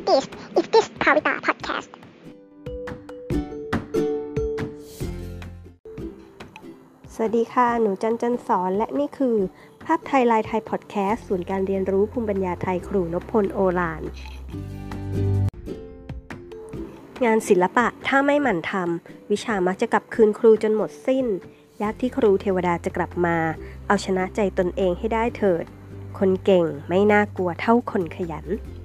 This is this Pavita Podcast สวัสดีค่ะหนูจันสอนและนี่คือภาพไทยลายไทยพอดแคสต์ศูนย์การเรียนรู้ภูมิปัญญาไทยครูนพพลโอฬารงานศิลปะถ้าไม่หมั่นทำวิชามักจะกลับคืนครูจนหมดสิ้นยากที่ครูเทวดาจะกลับมาเอาชนะใจตนเองให้ได้เถิดคนเก่งไม่น่ากลัวเท่าคนขยัน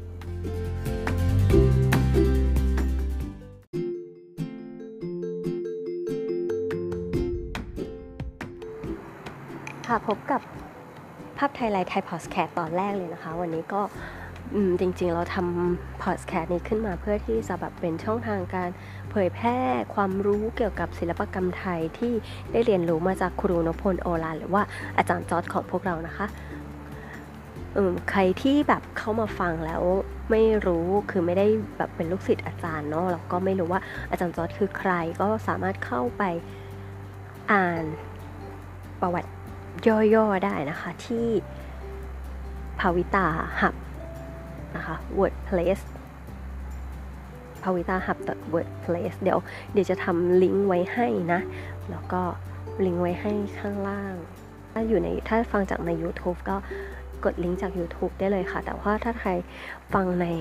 ค่ะพบกับภาพไทยลายไทยพอดแคสต์ตอนแรกเลยนะคะวันนี้ก็จริงๆเราทำพอดแคสต์นี้ขึ้นมาเพื่อที่จะแบบเป็นช่องทางการเผยแพร่ความรู้เกี่ยวกับศิลปกรรมไทยที่ได้เรียนรู้มาจากครูนพพลโอฬารหรือว่าอาจารย์จอร์จของพวกเรานะคะใครที่แบบเข้ามาฟังแล้วไม่รู้คือไม่ได้แบบเป็นลูกศิษย์อาจารย์เนาะแล้วก็ไม่รู้ว่าอาจารย์จอร์จคือใครก็สามารถเข้าไปอ่านประวัติย่อๆได้นะคะที่ภาวิตาหับนะคะ wordplace ภาวิตาหับ .wordplace เดี๋ยวจะทำลิงก์ไว้ให้นะแล้วก็ลิงก์ไว้ให้ข้างล่างถ้าฟังจากใน YouTube ก็กดลิงก์จาก YouTube ได้เลยค่ะแต่ว่าถ้าใครฟังใน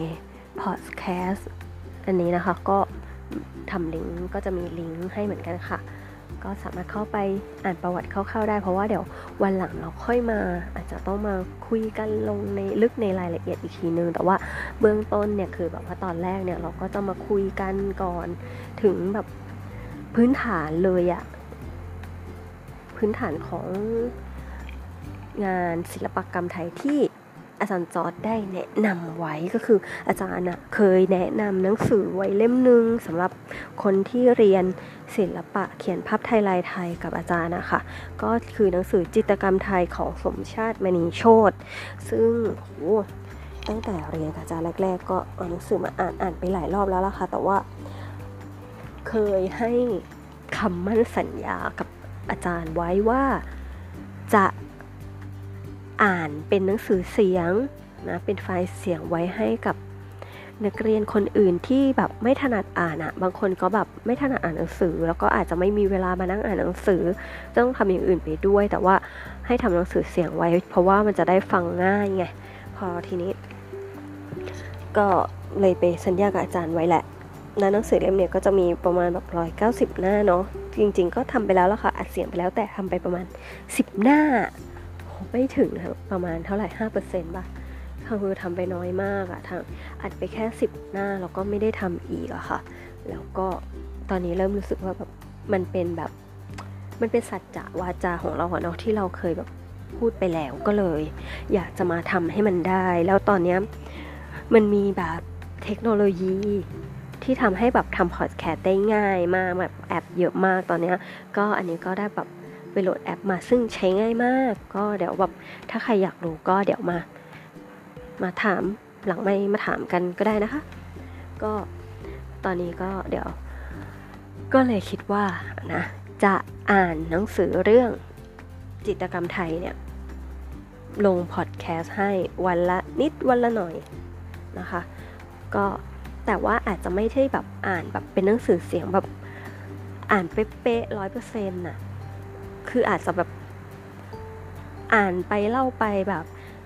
podcast อันนี้นะคะก็ทำลิงก์ก็จะมีลิงก์ให้เหมือนกันค่ะก็สามารถเข้าไปอ่านประวัติคร่าวๆได้เพราะว่าเดี๋ยววันหลังเราค่อยมาอาจจะต้องมาคุยกันลงในลึกในรายละเอียดอีกทีนึงแต่ว่าเบื้องต้นเนี่ยคือแบบว่าตอนแรกเนี่ยเราก็จะมาคุยกันก่อนถึงแบบพื้นฐานเลยอะพื้นฐานของงานศิลปกรรมไทยที่อาจารย์จอร์จได้แนะนำไว้ก็คืออาจารย์เคยแนะนำหนังสือไว้เล่มนึงสำหรับคนที่เรียนศิลปะเขียนภาพไทยลายไทยกับอาจารย์นะคะก็คือหนังสือจิตรกรรมไทยของสมชาติมณีโชติซึ่งตั้งแต่เรียนกับอาจารย์แรกๆก็เอาหนังสือมาอ่านไปหลายรอบแล้วล่ะค่ะแต่ว่าเคยให้คำมั่นสัญญากับอาจารย์ไว้ว่าจะอ่านเป็นหนังสือเสียงนะเป็นไฟล์เสียงไว้ให้กับนักเรียนคนอื่นที่แบบไม่ถนัดอ่านบางคนก็แบบไม่ถนัดอ่านหนังสือแล้วก็อาจจะไม่มีเวลามานั่งอ่านหนังสือต้องทำอย่างอื่นไปด้วยแต่ว่าให้ทำหนังสือเสียงไว้เพราะว่ามันจะได้ฟังง่ายไงพอทีนี้ก็เลยไปสัญญากับอาจารย์ไว้แหละแล้วหนังสือเล่มเนี่ยก็จะมีประมาณแบบ190หน้าเนาะจริงๆก็ทำไปแล้วล่ะค่ะอัดเสียงไปแล้วแต่ทำไปประมาณ10หน้าไม่ถึงประมาณเท่าไหร่ 5% ป่ะคือทำไปน้อยมากทำอัดไปแค่10หน้าแล้วก็ไม่ได้ทำอีกค่ะแล้วก็ตอนนี้เริ่มรู้สึกว่าแบบมันเป็นสัจจะวาจาของเราเนาะที่เราเคยแบบพูดไปแล้วก็เลยอยากจะมาทำให้มันได้แล้วตอนนี้มันมีแบบเทคโนโลยีที่ทำให้แบบทำพอดแคสต์ได้ง่ายมากแบบแอปเยอะมากตอนนี้ก็อันนี้ก็ได้แบบไปโหลดแอปมาซึ่งใช้ง่ายมากก็เดี๋ยวแบบถ้าใครอยากรู้ก็เดี๋ยวมาถามหลังไม่มาถามกันก็ได้นะคะก็ตอนนี้ก็เดี๋ยวก็เลยคิดว่านะจะอ่านหนังสือเรื่องจิตรกรรมไทยเนี่ยลงพอดแคสต์ให้วันละนิดวันละหน่อยนะคะก็แต่ว่าอาจจะไม่ใช่แบบอ่านแบบเป็นหนังสือเสียงแบบอ่านเป๊ะๆ 100% น่ะคืออาจจะแบบอ่านไปเล่าไปแบบ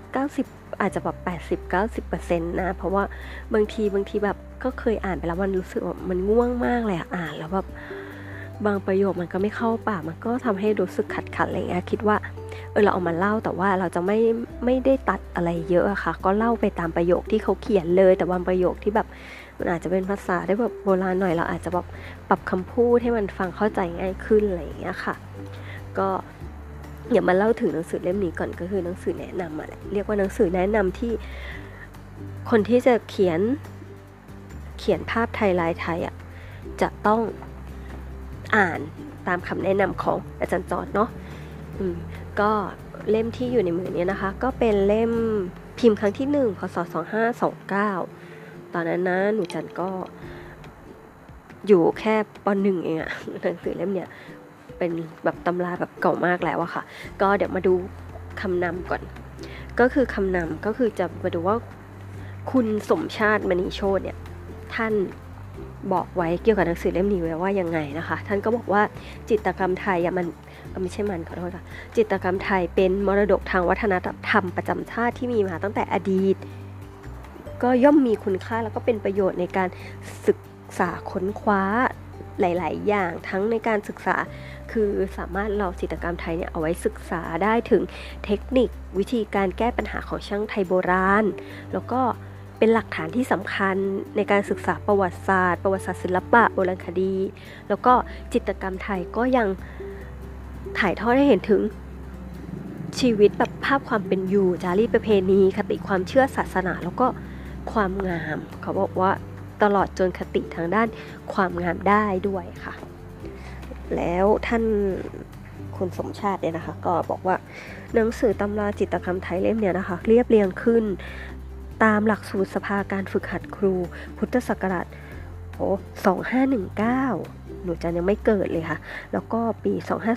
90อาจจะแบบ80-90% นะเพราะว่าบางทีแบบก็เคยอ่านไปแล้วมันรู้สึกว่ามันง่วงมากเลยอ่านแล้วแบบบางประโยคมันก็ไม่เข้าปากมันก็ทำให้รู้สึกขัดอะไรเงี้ยคิดว่าเราเอามาเล่าแต่ว่าเราจะไม่ได้ตัดอะไรเยอะอะค่ะก็เล่าไปตามประโยคที่เขาเขียนเลยแต่บางประโยคที่แบบมันอาจจะเป็นภาษาได้แบบโบราณหน่อยเราอาจจะแบบปรับคำพูดให้มันฟังเข้าใจง่ายขึ้นอะไรอย่างเงี้ยค่ะก็อย่ามาเล่าถึงหนังสือเล่มนี้ก่อนก็คือหนังสือแนะนำแหละเรียกว่าหนังสือแนะนำที่คนที่จะเขียนภาพไทยลายไทยจะต้องอ่านตามคำแนะนำของอาจารย์จอร์จเนาะก็เล่มที่อยู่ในมือนี้นะคะก็เป็นเล่มพิมพ์ครั้งที่1พศ2529ตอนนั้นนะหนูจันก็อยู่แค่ป.1 เองหนังสือเล่มเนี้ยเป็นแบบตำราแบบเก่ามากแล้วอะค่ะก็เดี๋ยวมาดูคำนำก่อนก็คือคำนำก็คือจะมาดูว่าคุณสมชาติมณีโชติเนี่ยท่านบอกไว้เกี่ยวกับหนังสือเล่มนี้ไว้ว่ายังไงนะคะท่านก็บอกว่าจิตรกรรมไทยมันไม่ใช่มันขอโทษค่ะจิตรกรรมไทยเป็นมรดกทางวัฒนธรรมประจำชาติที่มีมาตั้งแต่อดีตก็ย่อมมีคุณค่าแล้วก็เป็นประโยชน์ในการศึกษาค้นคว้าหลายๆอย่างทั้งในการศึกษาคือสามารถเราจิตรกรรมไทยเนี่ยเอาไว้ศึกษาได้ถึงเทคนิควิธีการแก้ปัญหาของช่างไทยโบราณแล้วก็เป็นหลักฐานที่สำคัญในการศึกษาประวัติศาสตร์ศิลปะโบราณคดีแล้วก็จิตรกรรมไทยก็ยังถ่ายทอดให้เห็นถึงชีวิตแบบภาพความเป็นอยู่จารีตประเพณีคติความเชื่อศาสนาแล้วก็ความงามเขาบอกว่าตลอดจนคติทางด้านความงามได้ด้วยค่ะแล้วท่านคุณสมชาติเนี่ยนะคะก็บอกว่าหนังสือตำราจิตรกรรมไทยเล่มเนี่ยนะคะเรียบเรียงขึ้นตามหลักสูตรสภาการฝึกหัดครูพุทธศักราช2519หนูจันยังไม่เกิดเลยค่ะแล้วก็ปี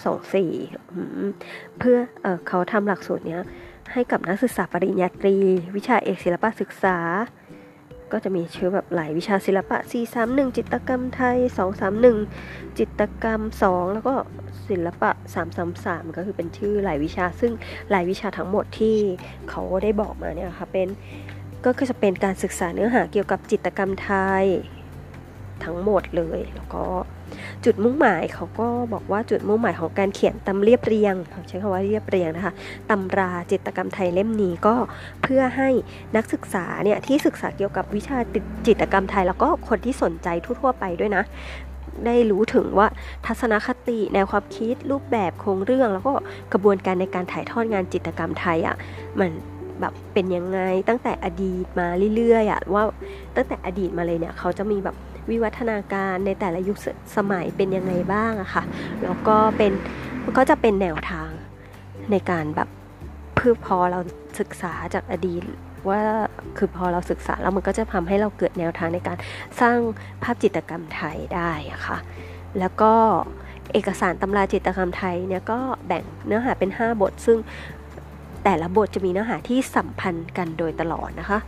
2524เพื่อเขาทำหลักสูตรเนี้ยให้กับนักศึกษาปริญญาตรีวิชาเอกศิลปศึกษาก็จะมีชื่อแบบหลายวิชาศิลปะ431จิตรกรรมไทย231จิตรกรรม2แล้วก็ศิลปะ333ก็คือเป็นชื่อหลายวิชาซึ่งหลายวิชาทั้งหมดที่เขาได้บอกมาเนี่ยค่ะก็คือจะเป็นการศึกษาเนื้อหาเกี่ยวกับจิตรกรรมไทยทั้งหมดเลยแล้วก็จุดมุ่งหมายเขาก็บอกว่าจุดมุ่งหมายของการเขียนตำเรียบเรียงใช้คำว่าเรียบเรียงนะคะตำราจิตรกรรมไทยเล่มนี้ก็เพื่อให้นักศึกษาเนี่ยที่ศึกษาเกี่ยวกับวิชาจิตรกรรมไทยแล้วก็คนที่สนใจทั่วๆไปด้วยนะได้รู้ถึงว่าทัศนคติแนวความคิดรูปแบบโครงเรื่องแล้วก็กระบวนการในการถ่ายทอดงานจิตรกรรมไทยมันแบบเป็นยังไงตั้งแต่อดีตมาเรื่อยๆว่าตั้งแต่อดีตมาเลยเนี่ยเขาจะมีแบบวิวัฒนาการในแต่ละยุคสมัยเป็นยังไงบ้างอะค่ะแล้วก็จะเป็นแนวทางในการแบบพอเราศึกษาจากอดีตว่าคือพอเราศึกษาแล้วมันก็จะทำให้เราเกิดแนวทางในการสร้างภาพจิตรกรรมไทยได้อะค่ะแล้วก็เอกสารตำราจิตรกรรมไทยเนี่ยก็แบ่งเนื้อหาเป็น5บทซึ่งแต่ละบทจะมีเนื้อหาที่สัมพันธ์กันโดยตลอดนะคะ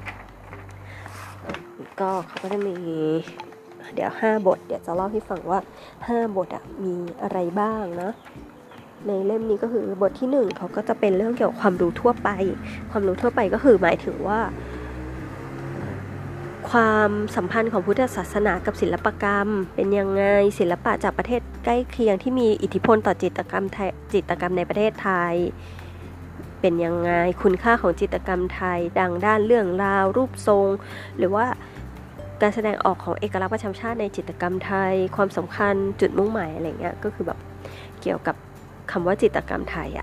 ก็เขาก็จะมีเดี๋ยว5บทเดี๋ยวจะเล่าให้ฟังว่า5บทมีอะไรบ้างนะในเล่มนี้ก็คือบทที่1เขาก็จะเป็นเรื่องเกี่ยวกับความรู้ทั่วไปความรู้ทั่วไปก็คือหมายถึงว่าความสัมพันธ์ของพุทธศาสนากับศิลปกรรมเป็นยังไงศิลปะจากประเทศใกล้เคียงที่มีอิทธิพลต่อจิตรกรรมในประเทศไทยเป็นยังไงคุณค่าของจิตรกรรมไทยดังด้านเรื่องราวรูปทรงหรือว่าการแสดงออกของเอกลักษณ์ประจำชาติในจิตรกรรมไทยความสำคัญจุดมุ่งหมายอะไรเงี้ยก็คือแบบเกี่ยวกับคำว่าจิตรกรรมไทย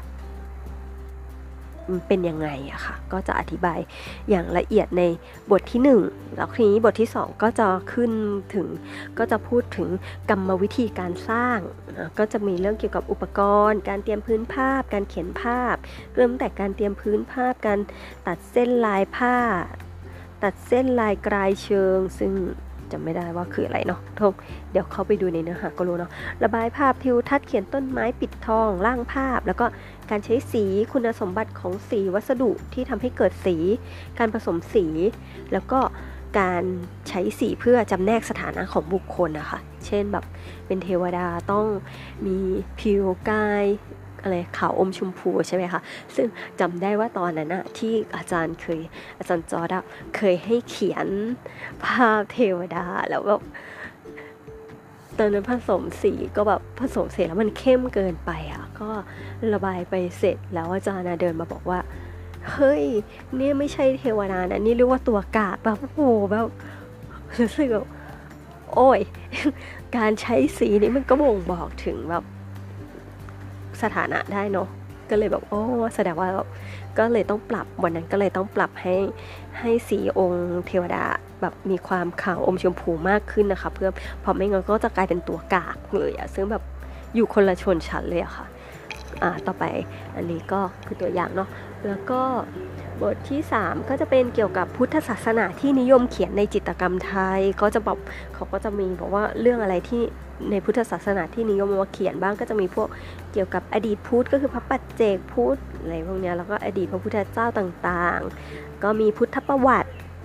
มันเป็นยังไงค่ะก็จะอธิบายอย่างละเอียดในบทที่1แล้วทีนี้บทที่2ก็จะขึ้นถึงก็จะพูดถึงกรรมวิธีการสร้างก็จะมีเรื่องเกี่ยวกับอุปกรณ์การเตรียมพื้นภาพการเขียนภาพเริ่มแต่การเตรียมพื้นภาพการตัดเส้นลายผ้าตัดเส้นลายกลายเชิงซึ่งจำไม่ได้ว่าคืออะไรเนาะเดี๋ยวเข้าไปดูในเนื้อหาก็รู้เนาะระบายภาพทิวทัศน์เขียนต้นไม้ปิดทองร่างภาพแล้วก็การใช้สีคุณสมบัติของสีวัสดุที่ทำให้เกิดสีการผสมสีแล้วก็การใช้สีเพื่อจำแนกสถานะของบุคคลนะคะเช่นแบบเป็นเทวดาต้องมีผิวกายอะไรขาวอมชมพูใช่ไหมคะซึ่งจำได้ว่าตอนนั้นที่อาจารย์จอร์ดเคยให้เขียนภาพเทวดาแล้วแบบตอนนั้นผสมสีก็แบบผสมเสร็จแล้วมันเข้มเกินไปก็ระบายไปเสร็จแล้วอาจารย์เดินมาบอกว่าเฮ้ยเนี่ยไม่ใช่เทวดานะนี่เรียกว่าตัวกากแบบโอ้โหแบบรู้สึกแบบโอ้ยการใช้สีนี้มันก็บ่งบอกถึงแบบสถานะได้เนาะก็เลยแบบโอ้แสดงว่าก็เลยต้องปรับวันนั้นก็เลยต้องปรับให้สีองค์เทวดาแบบมีความขาวอมชมพูมากขึ้นนะคะเพื่อพอไม่งั้นก็จะกลายเป็นตัวกากเลยซึ่งแบบอยู่คนละชนชั้นเลยค่ะต่อไปอันนี้ก็คือตัวอย่างเนาะแล้วก็บทที่3ก็จะเป็นเกี่ยวกับพุทธศาสนาที่นิยมเขียนในจิตรกรรมไทยก็จะแบบเขาก็จะมีบอกว่าเรื่องอะไรที่ในพุทธศาสนาที่นิยมมาเขียนบ้างก็จะมีพวกเกี่ยวกับอดีตพุทธก็คือพระปัจเจกพุทธอะไรพวกนี้แล้วก็อดีตพระพุทธเจ้าต่างๆก็มีพุทธประวัติ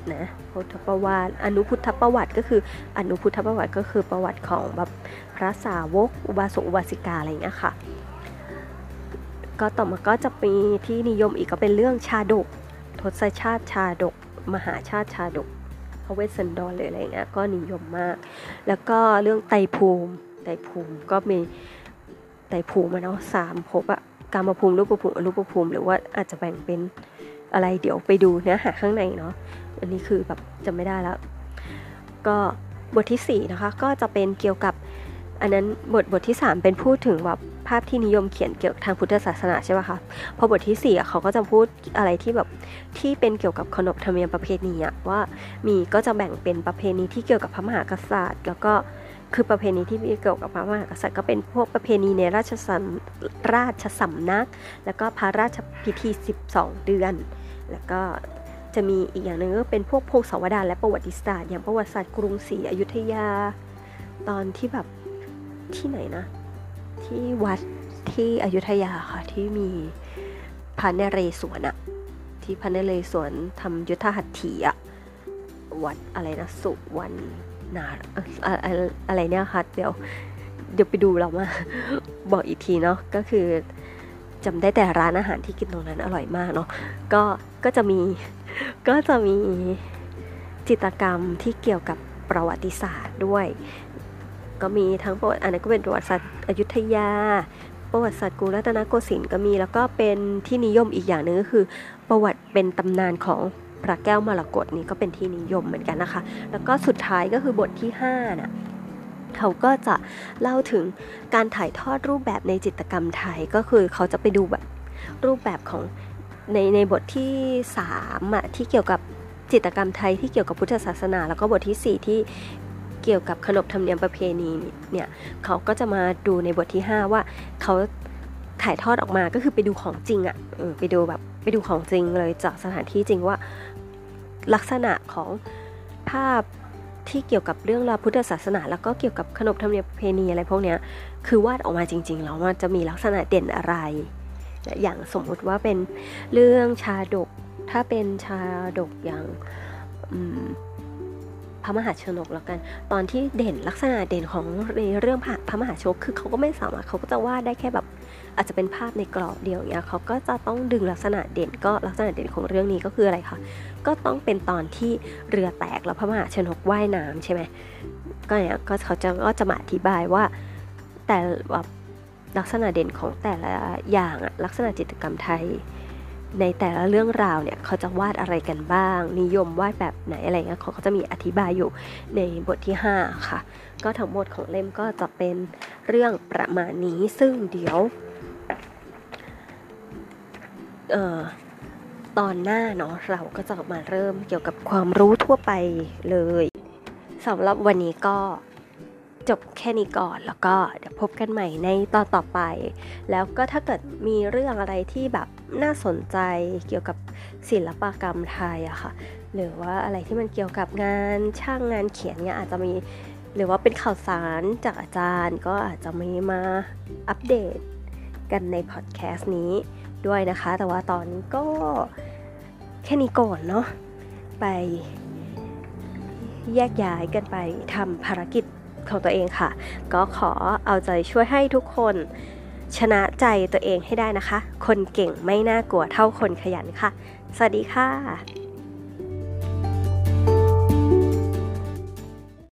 นะพุทธประวัติอนุพุทธประวัติก็คืออนุพุทธประวัติก็คือประวัติของแบบพระสาวกอุบาสกอุบาสิกาอะไรอย่างเงี้ยค่ะก็ต่อมาก็จะมีที่นิยมอีกก็เป็นเรื่องชาดกทศชาติชาดกมหาชาติชาดกพระเวสสันดรเลยอะไรเงี้ยก็นิยมมากแล้วก็เรื่องไตรภูมิก็มีไตรภูมิเนาะ3ภพอะกามภูมิรูปภูมิอรูปภูมิหรือว่าอาจจะแบ่งเป็นอะไรเดี๋ยวไปดูเนื้อหาข้างในเนาะอันนี้คือแบบจำไม่ได้แล้วก็บทที่4นะคะก็จะเป็นเกี่ยวกับอันนั้นบทที่3เป็นพูดถึงแบบภาพที่นิยมเขียนเกี่ยวกับทางพุทธศาสนาใช่ไหมคะพอบทที่4เขาก็จะพูดอะไรที่แบบที่เป็นเกี่ยวกับขนบธรรมเนียมประเพณีว่ามีก็จะแบ่งเป็นประเพณีที่เกี่ยวกับพระมหากษัตริย์แล้วก็คือประเพณีที่เกี่ยวกับพระมหากษัตริย์ก็เป็นพวกประเพณีในราชสำนักแล้วก็พระราชพิธี12เดือนแล้วก็จะมีอีกอย่างนึงก็เป็นพวกพงศาวดารและประวัติศาสตร์อย่างประวัติศาสตร์กรุงศรีอยุธยาตอนที่แบบที่ไหนนะที่วัดที่อยุธยาค่ะที่มีพระนเรศวรอะที่พระนเรศวรทำยุทธหัตถีอะวัดอะไรนะสุวรรณอะไรเนี่ยค่ะเดี๋ยวไปดูเรามาบอกอีกทีเนาะก็คือจำได้แต่ร้านอาหารที่กินตรงนั้นอร่อยมากเนาะก็จะมีจิตรกรรมที่เกี่ยวกับประวัติศาสตร์ด้วยก็มีทั้งประวัติอันนั้นก็เป็นประวัติศาสตร์อยุธยาประวัติศาสตร์กรุงรัตนโกสินทร์ก็มีแล้วก็เป็นที่นิยมอีกอย่างนึงก็คือประวัติเป็นตำนานของพระแก้วมรกตนี่ก็เป็นที่นิยมเหมือนกันนะคะแล้วก็สุดท้ายก็คือบทที่5น่ะเขาก็จะเล่าถึงการถ่ายทอดรูปแบบในจิตรกรรมไทยก็คือเขาจะไปดูแบบรูปแบบของในบทที่3อ่ะที่เกี่ยวกับจิตรกรรมไทยที่เกี่ยวกับพุทธศาสนาแล้วก็บทที่4ที่เกี่ยวกับขนบธรรมเนียมประเพณีเนี่ยเขาก็จะมาดูในบทที่5ว่าเขาถ่ายทอดออกมาก็คือไปดูของจริงอ่ะไปดูของจริงเลยจากสถานที่จริงว่าลักษณะของภาพที่เกี่ยวกับเรื่องราวพุทธศาสนาแล้วก็เกี่ยวกับขนบธรรมเนียมประเพณีอะไรพวกเนี้ยคือวาดออกมาจริงๆแล้วมันจะมีลักษณะเด่นอะไรอย่างสมมุติว่าเป็นเรื่องชาดกถ้าเป็นชาดกอย่างพระมหาชนกแล้วกันตอนที่เด่นลักษณะเด่นของในเรื่องพระมหาชนกคือเขาก็ไม่สามารถเขาก็จะวาดได้แค่แบบอาจจะเป็นภาพในกรอบเดียวอย่างเงี้ยเขาก็จะต้องดึงลักษณะเด่นก็ลักษณะเด่นของเรื่องนี้ก็คืออะไรคะก็ต้องเป็นตอนที่เรือแตกแล้วพระมหาชนกว่ายน้ำใช่ไหมก็เนี่ยก็เขาจะมาอธิบายว่าแต่แบบลักษณะเด่นของแต่ละอย่างอะลักษณะจิตรกรรมไทยในแต่ละเรื่องราวเนี่ยเขาจะวาดอะไรกันบ้างนิยมวาดแบบไหนอะไรเงี้ยเขาก็จะมีอธิบายอยู่ในบทที่5ค่ะก็ทั้งหมดของเล่มก็จะเป็นเรื่องประมาณนี้ซึ่งเดี๋ยวตอนหน้าเนาะเราก็จะมาเริ่มเกี่ยวกับความรู้ทั่วไปเลยสำหรับวันนี้ก็จบแค่นี้ก่อนแล้วก็เดี๋ยวพบกันใหม่ในตอนต่อไปแล้วก็ถ้าเกิดมีเรื่องอะไรที่แบบน่าสนใจเกี่ยวกับศิลปกรรมไทยอะค่ะหรือว่าอะไรที่มันเกี่ยวกับงานช่างงานเขียนเนี่ยอาจจะมีหรือว่าเป็นข่าวสารจากอาจารย์ก็อาจจะมีมาอัปเดตกันในพอดแคสต์นี้ด้วยนะคะแต่ว่าตอนนี้ก็แค่นี้ก่อนเนาะไปแยกย้ายกันไปทำภารกิจของตัวเองค่ะก็ขอเอาใจช่วยให้ทุกคนชนะใจตัวเองให้ได้นะคะคนเก่งไม่น่ากลัวเท่าคนขยันค่ะสวัสดีค่ะ